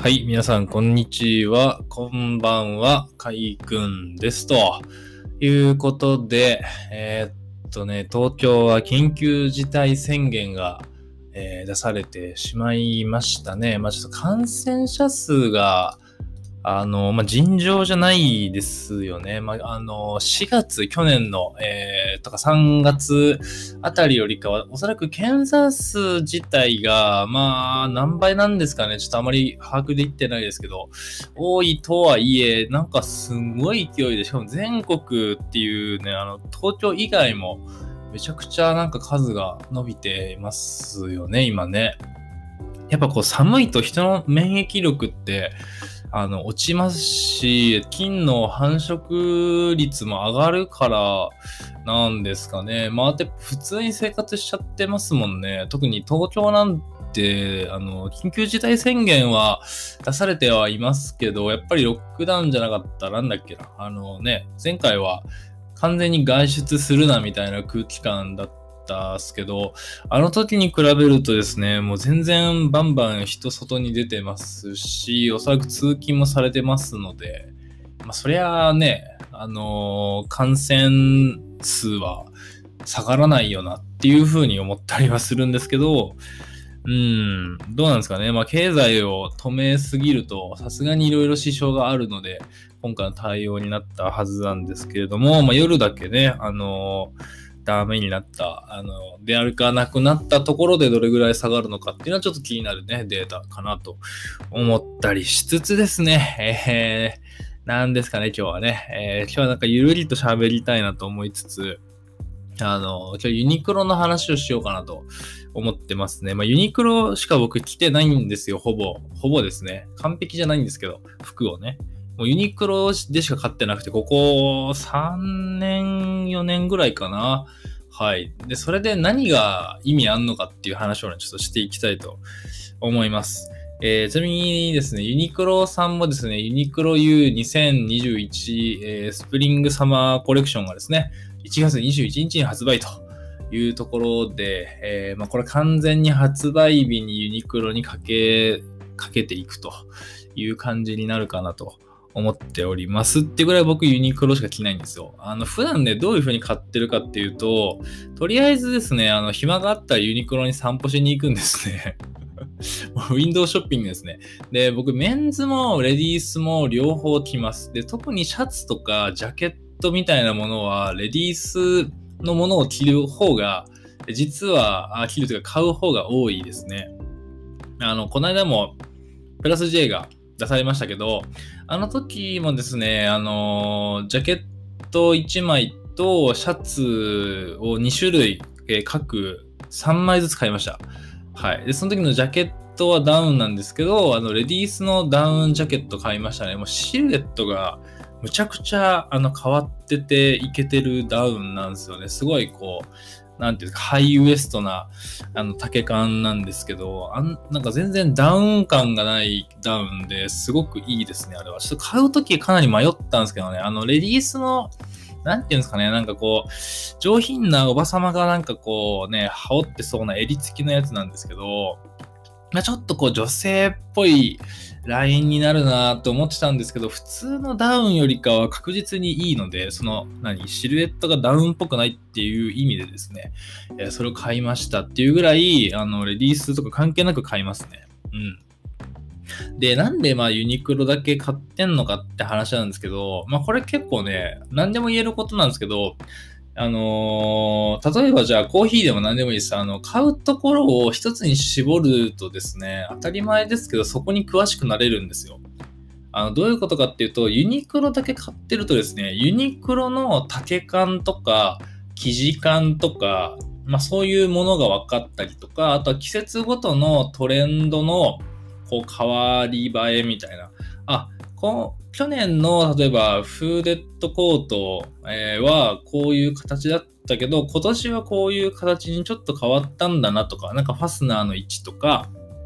はい、皆さん、こんにちは。こんばんは、かいくんです。ということで、東京は緊急事態宣言が、出されてしまいましたね。ちょっと感染者数が、尋常じゃないですよね。4月、去年の、とか3月あたりよりかは、おそらく検査数自体が、何倍なんですかね。ちょっとあまり把握できてないですけど、多いとはいえ、なんかすごい勢いで、しかも全国っていうね、東京以外も、めちゃくちゃなんか数が伸びていますよね、今ね。やっぱこう寒いと人の免疫力って、落ちますし、菌の繁殖率も上がるからなんですかね。普通に生活しちゃってますもんね。特に東京なんて、緊急事態宣言は出されてはいますけど、やっぱりロックダウンじゃなかったらなんだっけな。前回は完全に外出するなみたいな空気感だったっすけど、あの時に比べるとですね、もう全然バンバン人外に出てますし、おそらく通勤もされてますので、そりゃあね、感染数は下がらないよなっていうふうに思ったりはするんですけど、どうなんですかね。経済を止めすぎると、さすがにいろいろ支障があるので、今回の対応になったはずなんですけれども、夜だけね、ダメになった、出歩かなくなったところでどれぐらい下がるのかっていうのはちょっと気になるね、データかなと思ったりしつつですね、なんですかね、今日はね、今日はなんかゆるりと喋りたいなと思いつつ、今日ユニクロの話をしようかなと思ってますね。ユニクロしか僕着てないんですよ、ほぼですね。完璧じゃないんですけど、服をね。もうユニクロでしか買ってなくて、ここ3年、4年ぐらいかな。はい。で、それで何が意味あんのかっていう話をね、ちょっとしていきたいと思います。ちなみにですね、ユニクロさんもですね、ユニクロ U2021、スプリングサマーコレクションがですね、1月21日に発売というところで、これ完全に発売日にユニクロにかけていくという感じになるかなと思っておりますっていうぐらい僕ユニクロしか着ないんですよ。普段ね、どういう風に買ってるかっていうと、とりあえずですね、暇があったらユニクロに散歩しに行くんですね。ウィンドウショッピングですね。で、僕メンズもレディースも両方着ます。で、特にシャツとかジャケットみたいなものは、レディースのものを着る方が、実は、着るというか買う方が多いですね。この間も、プラス J が出されましたけど、あの時もですね、ジャケット1枚とシャツを2種類、各3枚ずつ買いました。はい。で、その時のジャケットはダウンなんですけど、レディースのダウンジャケット買いましたね。もうシルエットがむちゃくちゃ変わっててイケてるダウンなんですよね。すごいこう、なんていうか、ハイウエストな、丈感なんですけど、なんか全然ダウン感がないダウンですごくいいですね、あれは。ちょっと買うときかなり迷ったんですけどね、レディースの、なんていうんですかね、なんかこう、上品なおばさまがなんかこうね、羽織ってそうな襟付きのやつなんですけど、ちょっとこう女性っぽいラインになるなと思ってたんですけど、普通のダウンよりかは確実にいいので、シルエットがダウンっぽくないっていう意味でですね、それを買いましたっていうぐらい、レディースとか関係なく買いますね。で、なんでユニクロだけ買ってんのかって話なんですけど、これ結構ね、何でも言えることなんですけど、例えばじゃあコーヒーでも何でもいいです。買うところを一つに絞るとですね、当たり前ですけど、そこに詳しくなれるんですよ。どういうことかっていうと、ユニクロだけ買ってるとですね、ユニクロの丈感とか、生地感とか、そういうものが分かったりとか、あとは季節ごとのトレンドの、こう、変わり映えみたいな。去年の、例えば、フーデッドコート、はこういう形だったけど、今年はこういう形にちょっと変わったんだなとか、なんかファスナーの位置とか、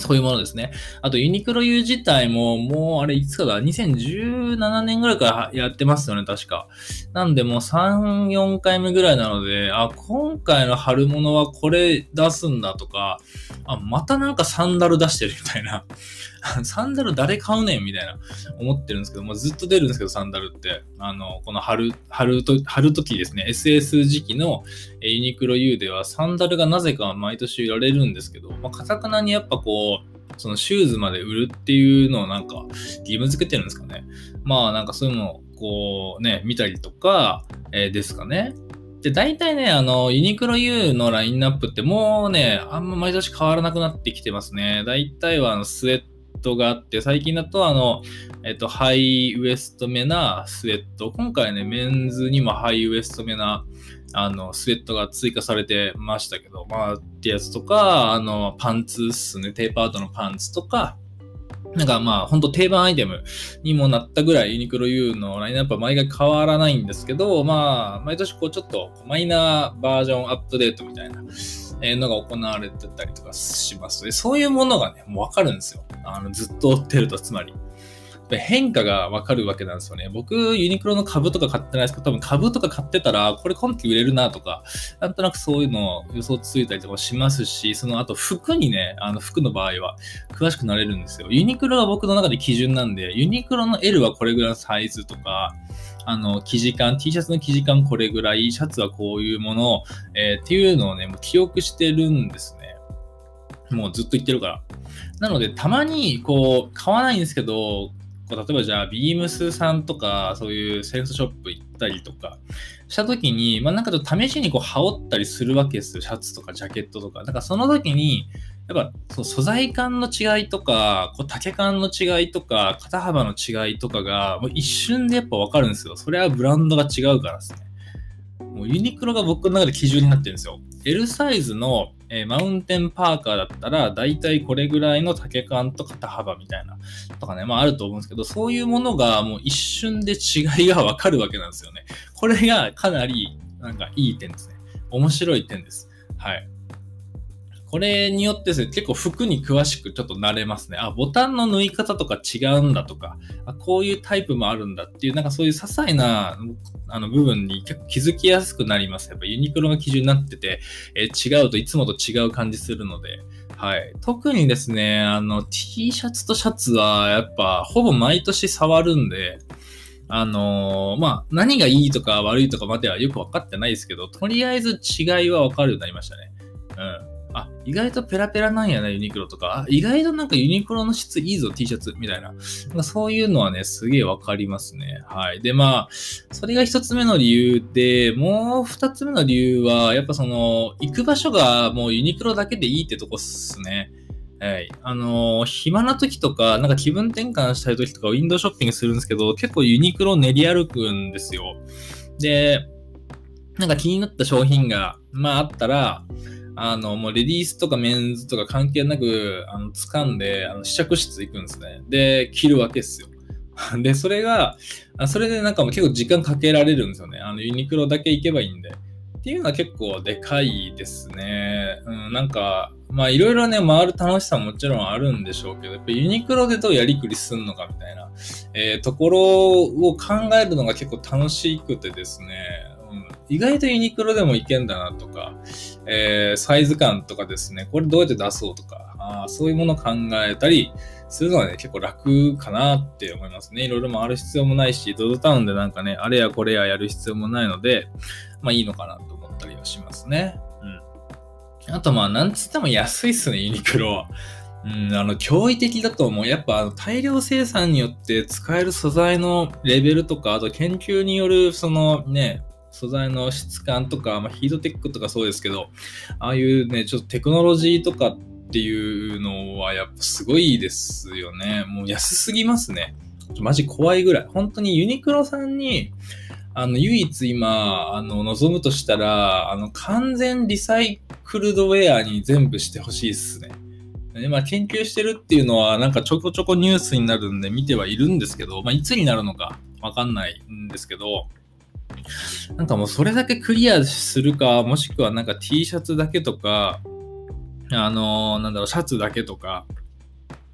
そういうものですね。あと、ユニクロ U 自体も、もう、あれ、いつかだ、2017年ぐらいからやってますよね、確か。なんで、もう3、4回目ぐらいなので、あ、今回の春物はこれ出すんだとか、あ、またなんかサンダル出してるみたいな。サンダル誰買うねんみたいな思ってるんですけど、もうずっと出るんですけど、サンダルって。この春時ですね、SS 時期のユニクロ U ではサンダルがなぜか毎年売られるんですけど、まあ、かたくなにやっぱこう、そのシューズまで売るっていうのをなんか義務付けてるんですかね。まあなんかそういうのをこうね、見たりとか、ですかね。で、大体ね、ユニクロ U のラインナップってもうね、あんま毎年変わらなくなってきてますね。大体はスウェットがあって、最近だとハイウエストめなスウェット。今回ね、メンズにもハイウエストめな、スウェットが追加されてましたけど、まあ、ってやつとか、パンツっすね。テーパードのパンツとか、なんかまあ、ほんと定番アイテムにもなったぐらいユニクロ U のラインナップは毎回変わらないんですけど、まあ、毎年こうちょっとマイナーバージョンアップデートみたいなのが行われてたりとかしますで、そういうものがね、もうわかるんですよ。ずっと追ってると、つまり。変化がわかるわけなんですよね。僕、ユニクロの株とか買ってないですけど、多分株とか買ってたら、これ今期売れるなとか、なんとなくそういうのを予想ついたりとかしますし、その後服にね、服の場合は詳しくなれるんですよ。ユニクロが僕の中で基準なんで、ユニクロの L はこれぐらいのサイズとか、生地感、T シャツの生地感これぐらい、シャツはこういうもの、っていうのをね、もう記憶してるんですね。もうずっと言ってるから。なので、たまに、こう、買わないんですけど、例えばじゃあ、ビームスさんとか、そういうセレクトショップ行ったりとかした時に、まあなんかちょっと試しにこう羽織ったりするわけですよ。シャツとかジャケットとか。だからその時に、やっぱそう素材感の違いとか、こう丈感の違いとか、肩幅の違いとかが、もう一瞬でやっぱわかるんですよ。それはブランドが違うからですね。もうユニクロが僕の中で基準になってるんですよ。L サイズの、マウンテンパーカーだったら、だいたいこれぐらいの丈感と肩幅みたいな、とかね、まああると思うんですけど、そういうものがもう一瞬で違いがわかるわけなんですよね。これがかなり、なんかいい点ですね。面白い点です。はい。これによってですね、結構服に詳しくちょっと慣れますね。あ、ボタンの縫い方とか違うんだとか、あ、こういうタイプもあるんだっていう、なんかそういう些細な部分に結構気づきやすくなります。やっぱユニクロが基準になってて、違うといつもと違う感じするので、はい。特にですね、T シャツとシャツはやっぱほぼ毎年触るんで、まあ、何がいいとか悪いとかまではよくわかってないですけど、とりあえず違いはわかるようになりましたね。うん。あ、意外とペラペラなんやな、ユニクロとか。あ、意外となんかユニクロの質いいぞ、T シャツ、みたいな。そういうのはね、すげえわかりますね。はい。で、まあ、それが一つ目の理由で、もう二つ目の理由は、やっぱその、行く場所がもうユニクロだけでいいってとこっすね。はい。暇な時とか、なんか気分転換したい時とか、ウィンドウショッピングするんですけど、結構ユニクロ練り歩くんですよ。で、なんか気になった商品が、まああったら、もうレディースとかメンズとか関係なく、掴んで、試着室行くんですね。で、着るわけですよ。で、それでなんかもう結構時間かけられるんですよね。ユニクロだけ行けばいいんで。っていうのは結構でかいですね。なんか、まあいろいろね、回る楽しさももちろんあるんでしょうけど、やっぱユニクロでどうやりくりすんのかみたいな、ところを考えるのが結構楽しくてですね、意外とユニクロでもいけんだなとか、サイズ感とかですね、これどうやって出そうとか、そういうものを考えたりするのはね、結構楽かなって思いますね。いろいろ回る必要もないし、ドドタウンでなんかね、あれやこれややる必要もないので、まあいいのかなと思ったりはしますね。あとまあ、なんつっても安いっすね、ユニクロは。驚異的だと思う。やっぱ大量生産によって使える素材のレベルとか、あと研究によるそのね、素材の質感とか、まあ、ヒートテックとかそうですけど、ああいうね、ちょっとテクノロジーとかっていうのはやっぱすごいですよね。もう安すぎますね。マジ怖いぐらい。本当にユニクロさんに、唯一今、望むとしたら、完全リサイクルドウェアに全部してほしいっすね。まあ、研究してるっていうのは、なんかちょこちょこニュースになるんで見てはいるんですけど、まあ、いつになるのかわかんないんですけど、なんかもうそれだけクリアするか、もしくはなんか T シャツだけとか、シャツだけとか、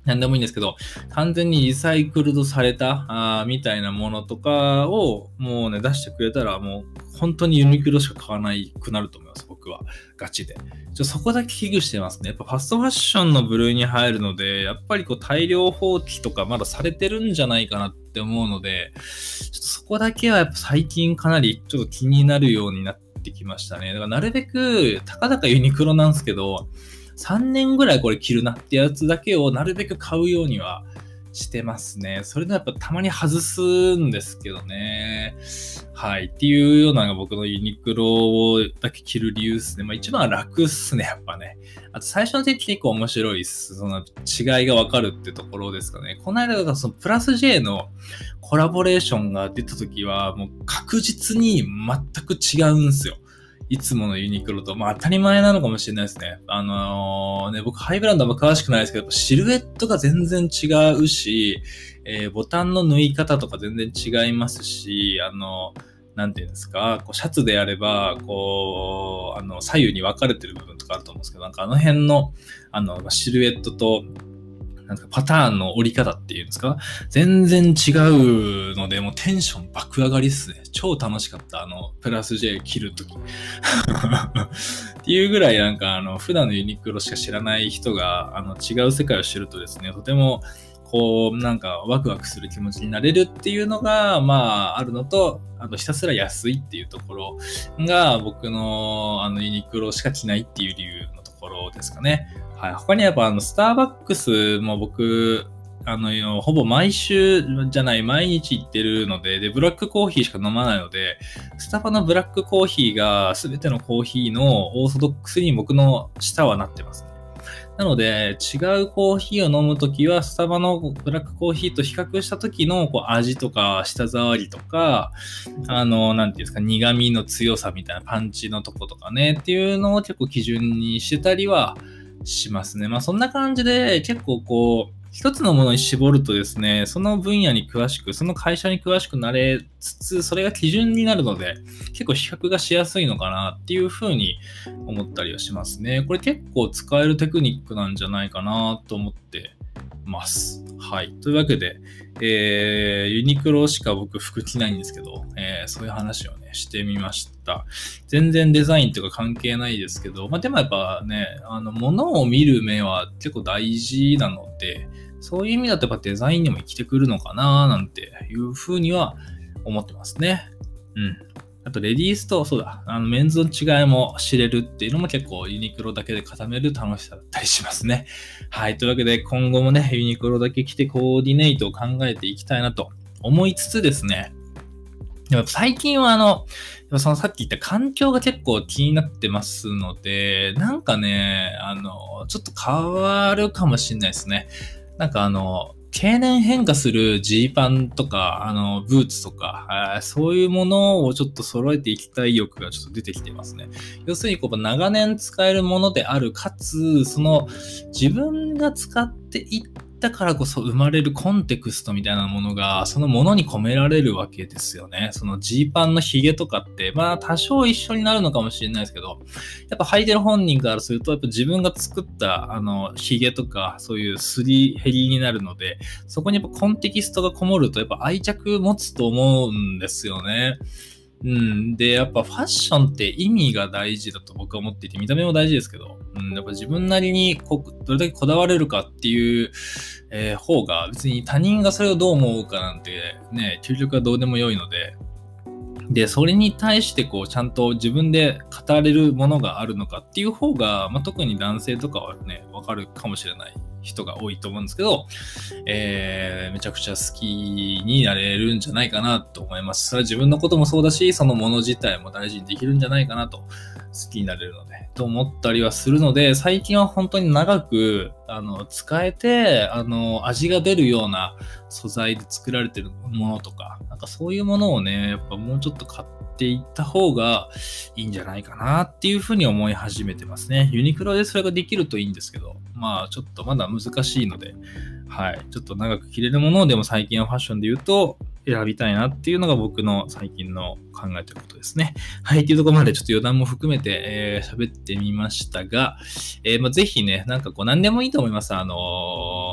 なんでもいいんですけど、完全にリサイクルドされた、みたいなものとかをもうね、出してくれたら、もう本当にユニクロしか買わないくなると思います、僕は。ガチで。そこだけ危惧してますね。やっぱファストファッションの部類に入るので、やっぱりこう大量放棄とかまだされてるんじゃないかなって思うので、ちょっとそこだけはやっぱ最近かなりちょっと気になるようになってきましたね。だからなるべく、たかだかユニクロなんですけど、3年ぐらいこれ着るなってやつだけをなるべく買うようにはしてますね。それでやっぱたまに外すんですけどね。はい。っていうようなのが僕のユニクロだけ着る理由ですね。まあ一番は楽っすね、やっぱね。あと最初の時結構面白いっす。その違いがわかるってところですかね。この間がそのプラス J のコラボレーションが出た時はもう確実に全く違うんすよ。いつものユニクロと、まあ当たり前なのかもしれないですね。僕ハイブランドは詳しくないですけど、シルエットが全然違うし、ボタンの縫い方とか全然違いますし、なんていうんですか、こうシャツであれば、こう、左右に分かれてる部分とかあると思うんですけど、なんかあの辺の、シルエットと、なんかパターンの折り方っていうんですか全然違うので、もうテンション爆上がりっすね。超楽しかった。プラス J 着るとき。っていうぐらいなんか、普段のユニクロしか知らない人が、違う世界を知るとですね、とても、こう、なんかワクワクする気持ちになれるっていうのが、まあ、あるのと、ひたすら安いっていうところが、僕の、ユニクロしか着ないっていう理由のところですかね。はい。他にやっぱスターバックスも僕、ほぼ毎週じゃない、毎日行ってるので、ブラックコーヒーしか飲まないので、スタバのブラックコーヒーが全てのコーヒーのオーソドックスに僕の舌はなってますね。なので、違うコーヒーを飲むときは、スタバのブラックコーヒーと比較したときの味とか舌触りとか、なんていうんですか、苦味の強さみたいなパンチのとことかね、っていうのを結構基準にしてたりはしますね。まあそんな感じで結構こう、一つのものに絞るとですね、その分野に詳しく、その会社に詳しくなれつつ、それが基準になるので、結構比較がしやすいのかなっていうふうに思ったりはしますね。これ結構使えるテクニックなんじゃないかなと思ってます。はい。というわけで、ユニクロしか僕服着ないんですけど、そういう話をね、してみました。全然デザインとか関係ないですけど、まあでもやっぱね、物を見る目は結構大事なので、そういう意味だとやっぱデザインにも生きてくるのかななんていうふうには思ってますね。うん。あと、レディースと、そうだ、メンズの違いも知れるっていうのも結構ユニクロだけで固める楽しさだったりしますね。はい。というわけで、今後もね、ユニクロだけ着てコーディネートを考えていきたいなと思いつつですね、でも最近はそのさっき言った環境が結構気になってますので、なんかね、ちょっと変わるかもしれないですね。なんか経年変化するジーパンとか、ブーツとか、そういうものをちょっと揃えていきたい欲がちょっと出てきてますね。要するに、こう、長年使えるものである、かつ、その、自分が使っていったからこそ生まれるコンテクストみたいなものが、そのものに込められるわけですよね。そのジーパンのヒゲとかって、まあ多少一緒になるのかもしれないですけど、やっぱ履いてる本人からすると、やっぱ自分が作ったヒゲとか、そういうすり減りになるので、そこにやっぱコンテキストがこもると、やっぱ愛着持つと思うんですよね。うん。で、やっぱファッションって意味が大事だと僕は思っていて、見た目も大事ですけど、やっぱ自分なりにどれだけこだわれるかっていう、方が、別に他人がそれをどう思うかなんてね、究極はどうでもよいので、で、それに対してこう、ちゃんと自分で語れるものがあるのかっていう方が、まあ、特に男性とかはね、わかるかもしれない人が多いと思うんですけど、めちゃくちゃ好きになれるんじゃないかなと思います。それは自分のこともそうだし、そのもの自体も大事にできるんじゃないかなと、好きになれるので、と思ったりはするので、最近は本当に長く、使えて、味が出るような素材で作られてるものとか、なんかそういうものをね、やっぱもうちょっと買っていった方がいいんじゃないかなっていうふうに思い始めてますね。ユニクロでそれができるといいんですけど、まあちょっとまだ難しいので、はい。ちょっと長く着れるものをでも最近はファッションで言うと選びたいなっていうのが僕の最近の考えてることですね。はい。っていうところまでちょっと余談も含めて喋ってみましたが、まあ、ぜひね、なんかこう何でもいいと思います。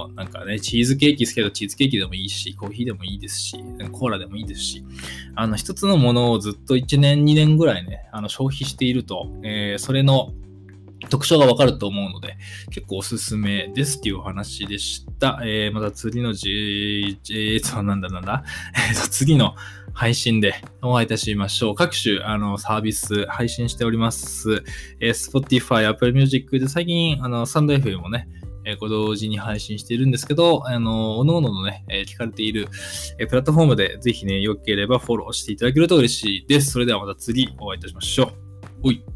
なんかね、チーズケーキ好きだとチーズケーキでもいいし、コーヒーでもいいですし、コーラでもいいですし、一つのものをずっと1年、2年ぐらいね、消費していると、それの特徴がわかると思うので、結構おすすめですっていうお話でした。また次の次の配信でお会いいたしましょう。各種、サービス配信しております。Spotify、Apple Music で最近、スタンド FM もね、同時に配信しているんですけど、各々のね、聞かれている、プラットフォームでぜひね、良ければフォローしていただけると嬉しいです。それではまた次お会いいたしましょう。おい。